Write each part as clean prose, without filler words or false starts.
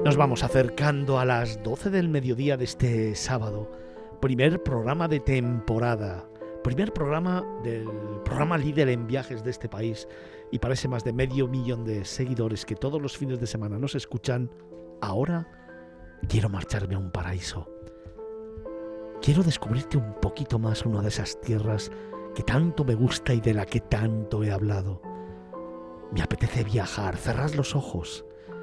Nos vamos acercando a las 12 del mediodía de este sábado, primer programa de temporada, primer programa del programa líder en viajes de este país, y parece más de 500.000 de seguidores que todos los fines de semana nos escuchan. Ahora quiero marcharme a un paraíso. Quiero descubrirte un poquito más una de esas tierras que tanto me gusta y de la que tanto he hablado. Me apetece viajar, cerrar los ojos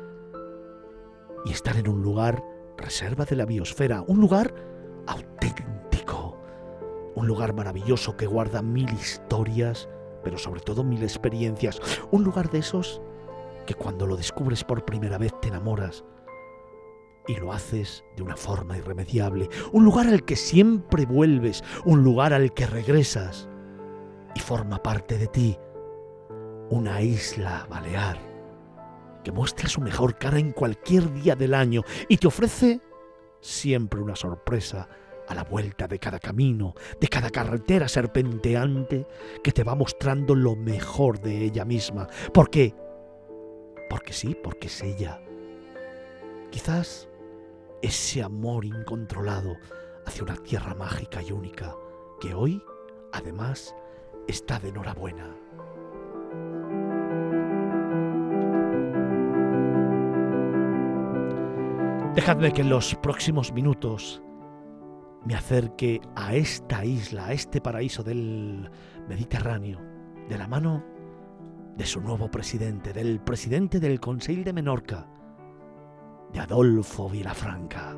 y estar en un lugar reserva de la biosfera, un lugar auténtico, un lugar maravilloso que guarda 1000 historias, pero sobre todo 1000 experiencias, un lugar de esos que cuando lo descubres por primera vez te enamoras y lo haces de una forma irremediable, un lugar al que siempre vuelves, un lugar al que regresas y forma parte de ti, una isla balear que muestra su mejor cara en cualquier día del año y te ofrece siempre una sorpresa a la vuelta de cada camino, de cada carretera serpenteante que te va mostrando lo mejor de ella misma. ¿Por qué? Porque sí, porque es ella. Quizás ese amor incontrolado hacia una tierra mágica y única que hoy, además, está de enhorabuena. Dejadme que en los próximos minutos me acerque a esta isla, a este paraíso del Mediterráneo, de la mano de su nuevo presidente, del presidente del Consell de Menorca, de Adolfo Vilafranca.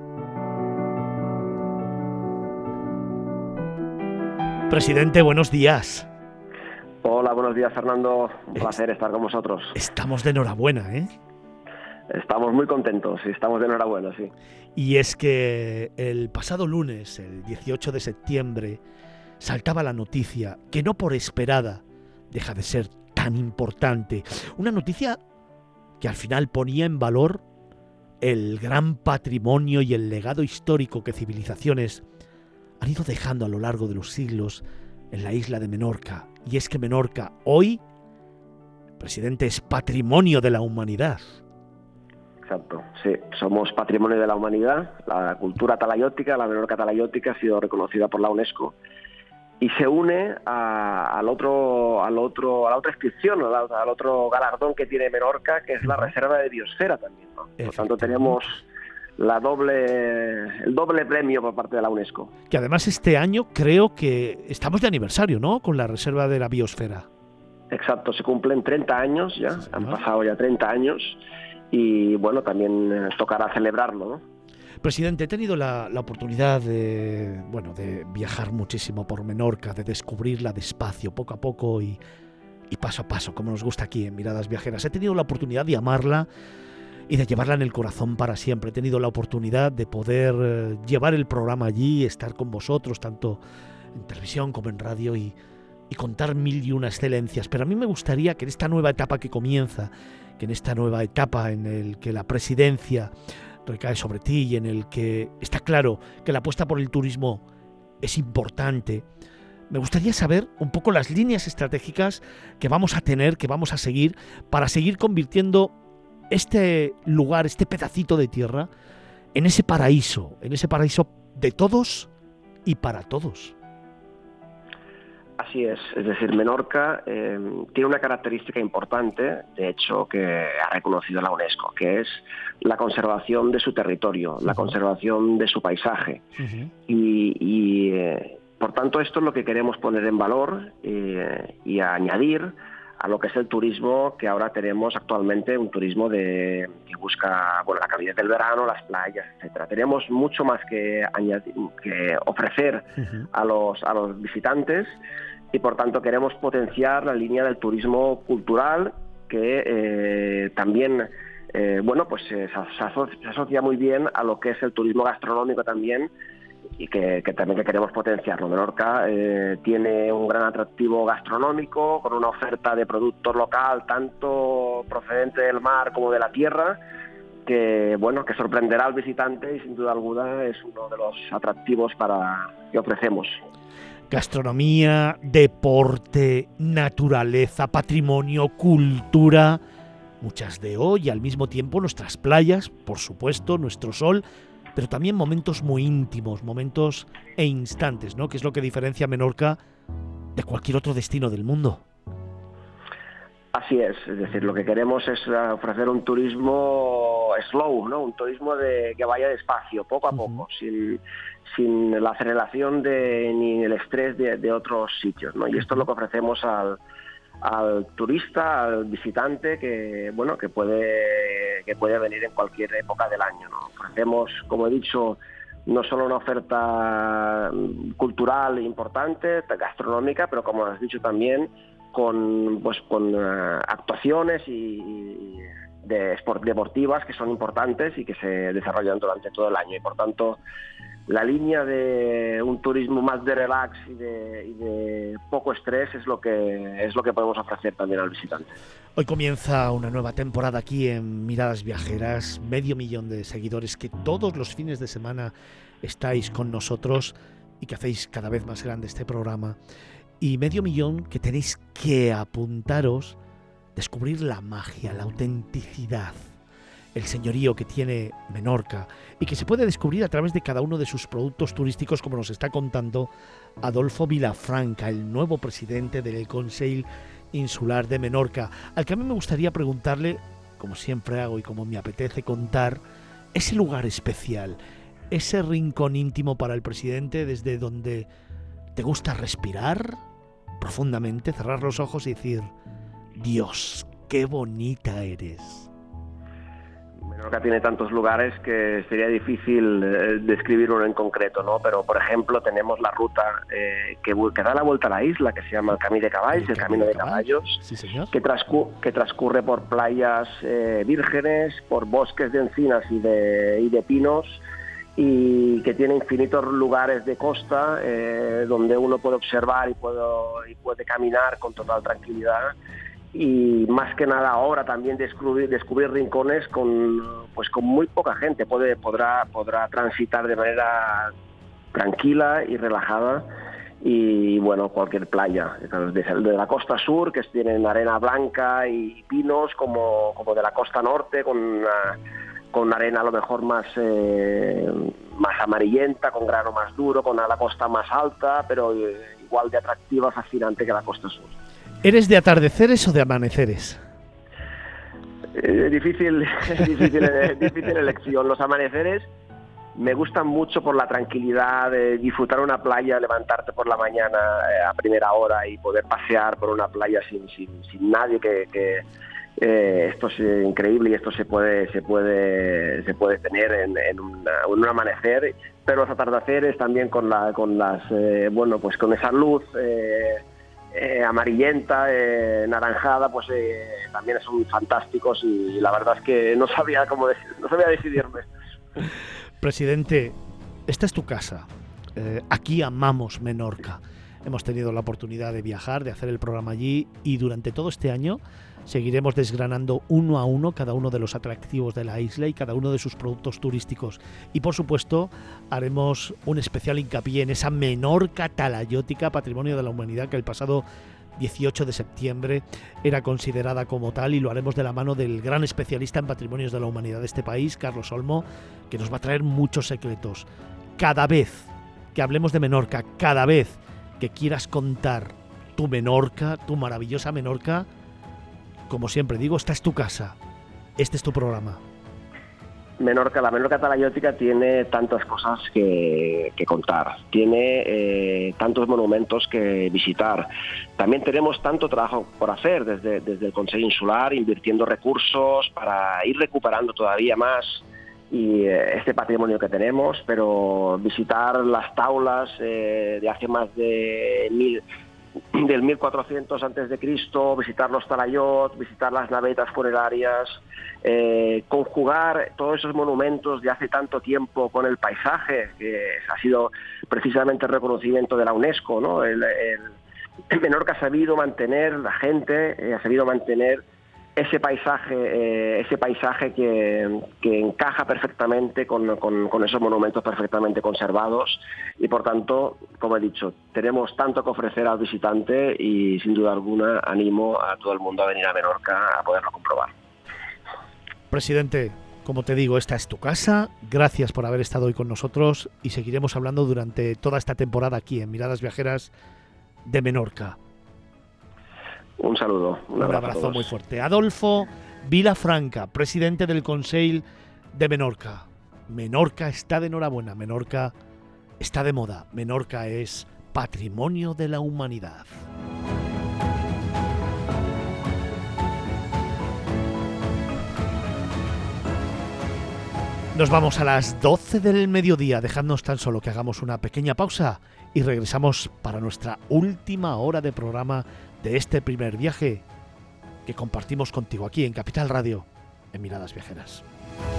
Presidente, buenos días. Hola, buenos días, Fernando. Un placer estar con vosotros. Estamos de enhorabuena, ¿eh? Estamos muy contentos y estamos de enhorabuena, sí. Y es que el pasado lunes, el 18 de septiembre, saltaba la noticia, que no por esperada, deja de ser tan importante. Una noticia que al final ponía en valor el gran patrimonio y el legado histórico que civilizaciones han ido dejando a lo largo de los siglos en la isla de Menorca. Y es que Menorca hoy, presidente, es patrimonio de la humanidad. Exacto, sí, somos patrimonio de la humanidad. La cultura talayótica, la Menorca talayótica, ha sido reconocida por la UNESCO y se une a la otra inscripción, al otro galardón que tiene Menorca, que es la reserva de biosfera también, ¿no? Por tanto, tenemos el doble premio por parte de la UNESCO. Que además este año creo que estamos de aniversario, ¿no?, con la reserva de la biosfera. Exacto, se cumplen 30 años ya, sí, han pasado ya 30 años. Y bueno, también tocará celebrarlo, ¿no? Presidente, he tenido la oportunidad de viajar muchísimo por Menorca, de descubrirla despacio, poco a poco y paso a paso, como nos gusta aquí en Miradas Viajeras. He tenido la oportunidad de amarla y de llevarla en el corazón para siempre. He tenido la oportunidad de poder llevar el programa allí, estar con vosotros, tanto en televisión como en radio, y contar 1001 excelencias. Pero a mí me gustaría que en esta nueva etapa que comienza, que en esta nueva etapa en el que la presidencia recae sobre ti y en el que está claro que la apuesta por el turismo es importante, me gustaría saber un poco las líneas estratégicas que vamos a tener, que vamos a seguir, para seguir convirtiendo este lugar, este pedacito de tierra, en ese paraíso de todos y para todos. Así es decir, Menorca tiene una característica importante, de hecho, que ha reconocido la UNESCO, que es la conservación de su territorio, la conservación de su paisaje. Y por tanto, esto es lo que queremos poner en valor y añadir a lo que es el turismo que ahora tenemos actualmente, un turismo que busca la calidez del verano, las playas, etcétera. Tenemos mucho más que ofrecer a los visitantes y por tanto queremos potenciar la línea del turismo cultural que también se asocia muy bien a lo que es el turismo gastronómico también, y que también queremos potenciarlo. Menorca tiene un gran atractivo gastronómico, con una oferta de productos local, tanto procedente del mar como de la tierra, que sorprenderá al visitante y sin duda alguna es uno de los atractivos que ofrecemos. Gastronomía, deporte, naturaleza, patrimonio, cultura. muchas de hoy y al mismo tiempo nuestras playas, por supuesto, nuestro sol, pero también momentos muy íntimos, momentos e instantes, ¿no? Que es lo que diferencia a Menorca de cualquier otro destino del mundo. Así es decir, lo que queremos es ofrecer un turismo slow, ¿no? Un turismo que vaya despacio, poco a poco, sin la aceleración ni el estrés de otros sitios, ¿no? Y esto es lo que ofrecemos al turista, al visitante que puede venir en cualquier época del año, ¿no? Ofrecemos, como he dicho, no solo una oferta cultural importante, gastronómica, pero como has dicho también con actuaciones y deportivas que son importantes y que se desarrollan durante todo el año, y por tanto la línea de un turismo más de relax y de poco estrés es lo que podemos ofrecer también al visitante. Hoy comienza una nueva temporada aquí en Miradas Viajeras, 500.000 de seguidores que todos los fines de semana estáis con nosotros y que hacéis cada vez más grande este programa. Y 500.000 que tenéis que apuntaros, descubrir la magia, la autenticidad, el señorío que tiene Menorca y que se puede descubrir a través de cada uno de sus productos turísticos, como nos está contando Adolfo Vilafranca, el nuevo presidente del Consell Insular de Menorca, al que a mí me gustaría preguntarle, como siempre hago y como me apetece contar, ese lugar especial, ese rincón íntimo para el presidente desde donde te gusta respirar profundamente, cerrar los ojos y decir: Dios, qué bonita eres. Menorca tiene tantos lugares que sería difícil describir uno en concreto, ¿no? Pero, por ejemplo, tenemos la ruta que da la vuelta a la isla, que se llama el Camí de Cavalls, el Camino de Caballos, sí, señor. que transcurre por playas vírgenes, por bosques de encinas y de pinos, y que tiene infinitos lugares de costa donde uno puede observar y puede caminar con total tranquilidad. Y más que nada ahora también descubrir rincones con muy poca gente, podrá transitar de manera tranquila y relajada. Y bueno, cualquier playa, de la costa sur, que tienen arena blanca y pinos, como de la costa norte, con arena a lo mejor más amarillenta, con grano más duro, con la costa más alta, pero igual de atractiva, fascinante que la costa sur. ¿Eres de atardeceres o de amaneceres? Difícil elección. Los amaneceres me gustan mucho por la tranquilidad de disfrutar una playa, levantarte por la mañana a primera hora y poder pasear por una playa sin nadie, esto es increíble y esto se puede tener en un amanecer, pero los atardeceres también con esa luz amarillenta, naranjada, también son fantásticos, y la verdad es que no sabía decidirme. Presidente, esta es tu casa. Aquí amamos Menorca. Hemos tenido la oportunidad de viajar, de hacer el programa allí, y durante todo este año seguiremos desgranando uno a uno cada uno de los atractivos de la isla y cada uno de sus productos turísticos. Y por supuesto haremos un especial hincapié en esa Menorca talayótica, patrimonio de la humanidad, que el pasado 18 de septiembre era considerada como tal, y lo haremos de la mano del gran especialista en patrimonios de la humanidad de este país, Carlos Olmo, que nos va a traer muchos secretos. Cada vez que hablemos de Menorca, cada vez que quieras contar tu Menorca, tu maravillosa Menorca, como siempre digo, esta es tu casa, este es tu programa. La Menorca talayótica tiene tantas cosas que contar, tiene tantos monumentos que visitar. También tenemos tanto trabajo por hacer desde el Consell Insular, invirtiendo recursos para ir recuperando todavía más este patrimonio que tenemos, pero visitar las taulas de hace más del 1400 antes de Cristo, visitar los talayots, visitar las navetas funerarias, conjugar todos esos monumentos de hace tanto tiempo con el paisaje, que ha sido precisamente el reconocimiento de la UNESCO, ¿no? El Menorca ha sabido mantener, la gente ha sabido mantener ese paisaje que encaja perfectamente con esos monumentos perfectamente conservados, y por tanto, como he dicho, tenemos tanto que ofrecer al visitante, y sin duda alguna animo a todo el mundo a venir a Menorca a poderlo comprobar. Presidente, como te digo, esta es tu casa. Gracias por haber estado hoy con nosotros y seguiremos hablando durante toda esta temporada aquí en Miradas Viajeras de Menorca. Un saludo, un abrazo muy fuerte. Adolfo Vilafranca, presidente del Consell de Menorca. Menorca está de enhorabuena, Menorca está de moda, Menorca es patrimonio de la humanidad. Nos vamos a las 12 del mediodía, dejadnos tan solo que hagamos una pequeña pausa y regresamos para nuestra última hora de programa de este primer viaje que compartimos contigo aquí en Capital Radio, en Miradas Viajeras.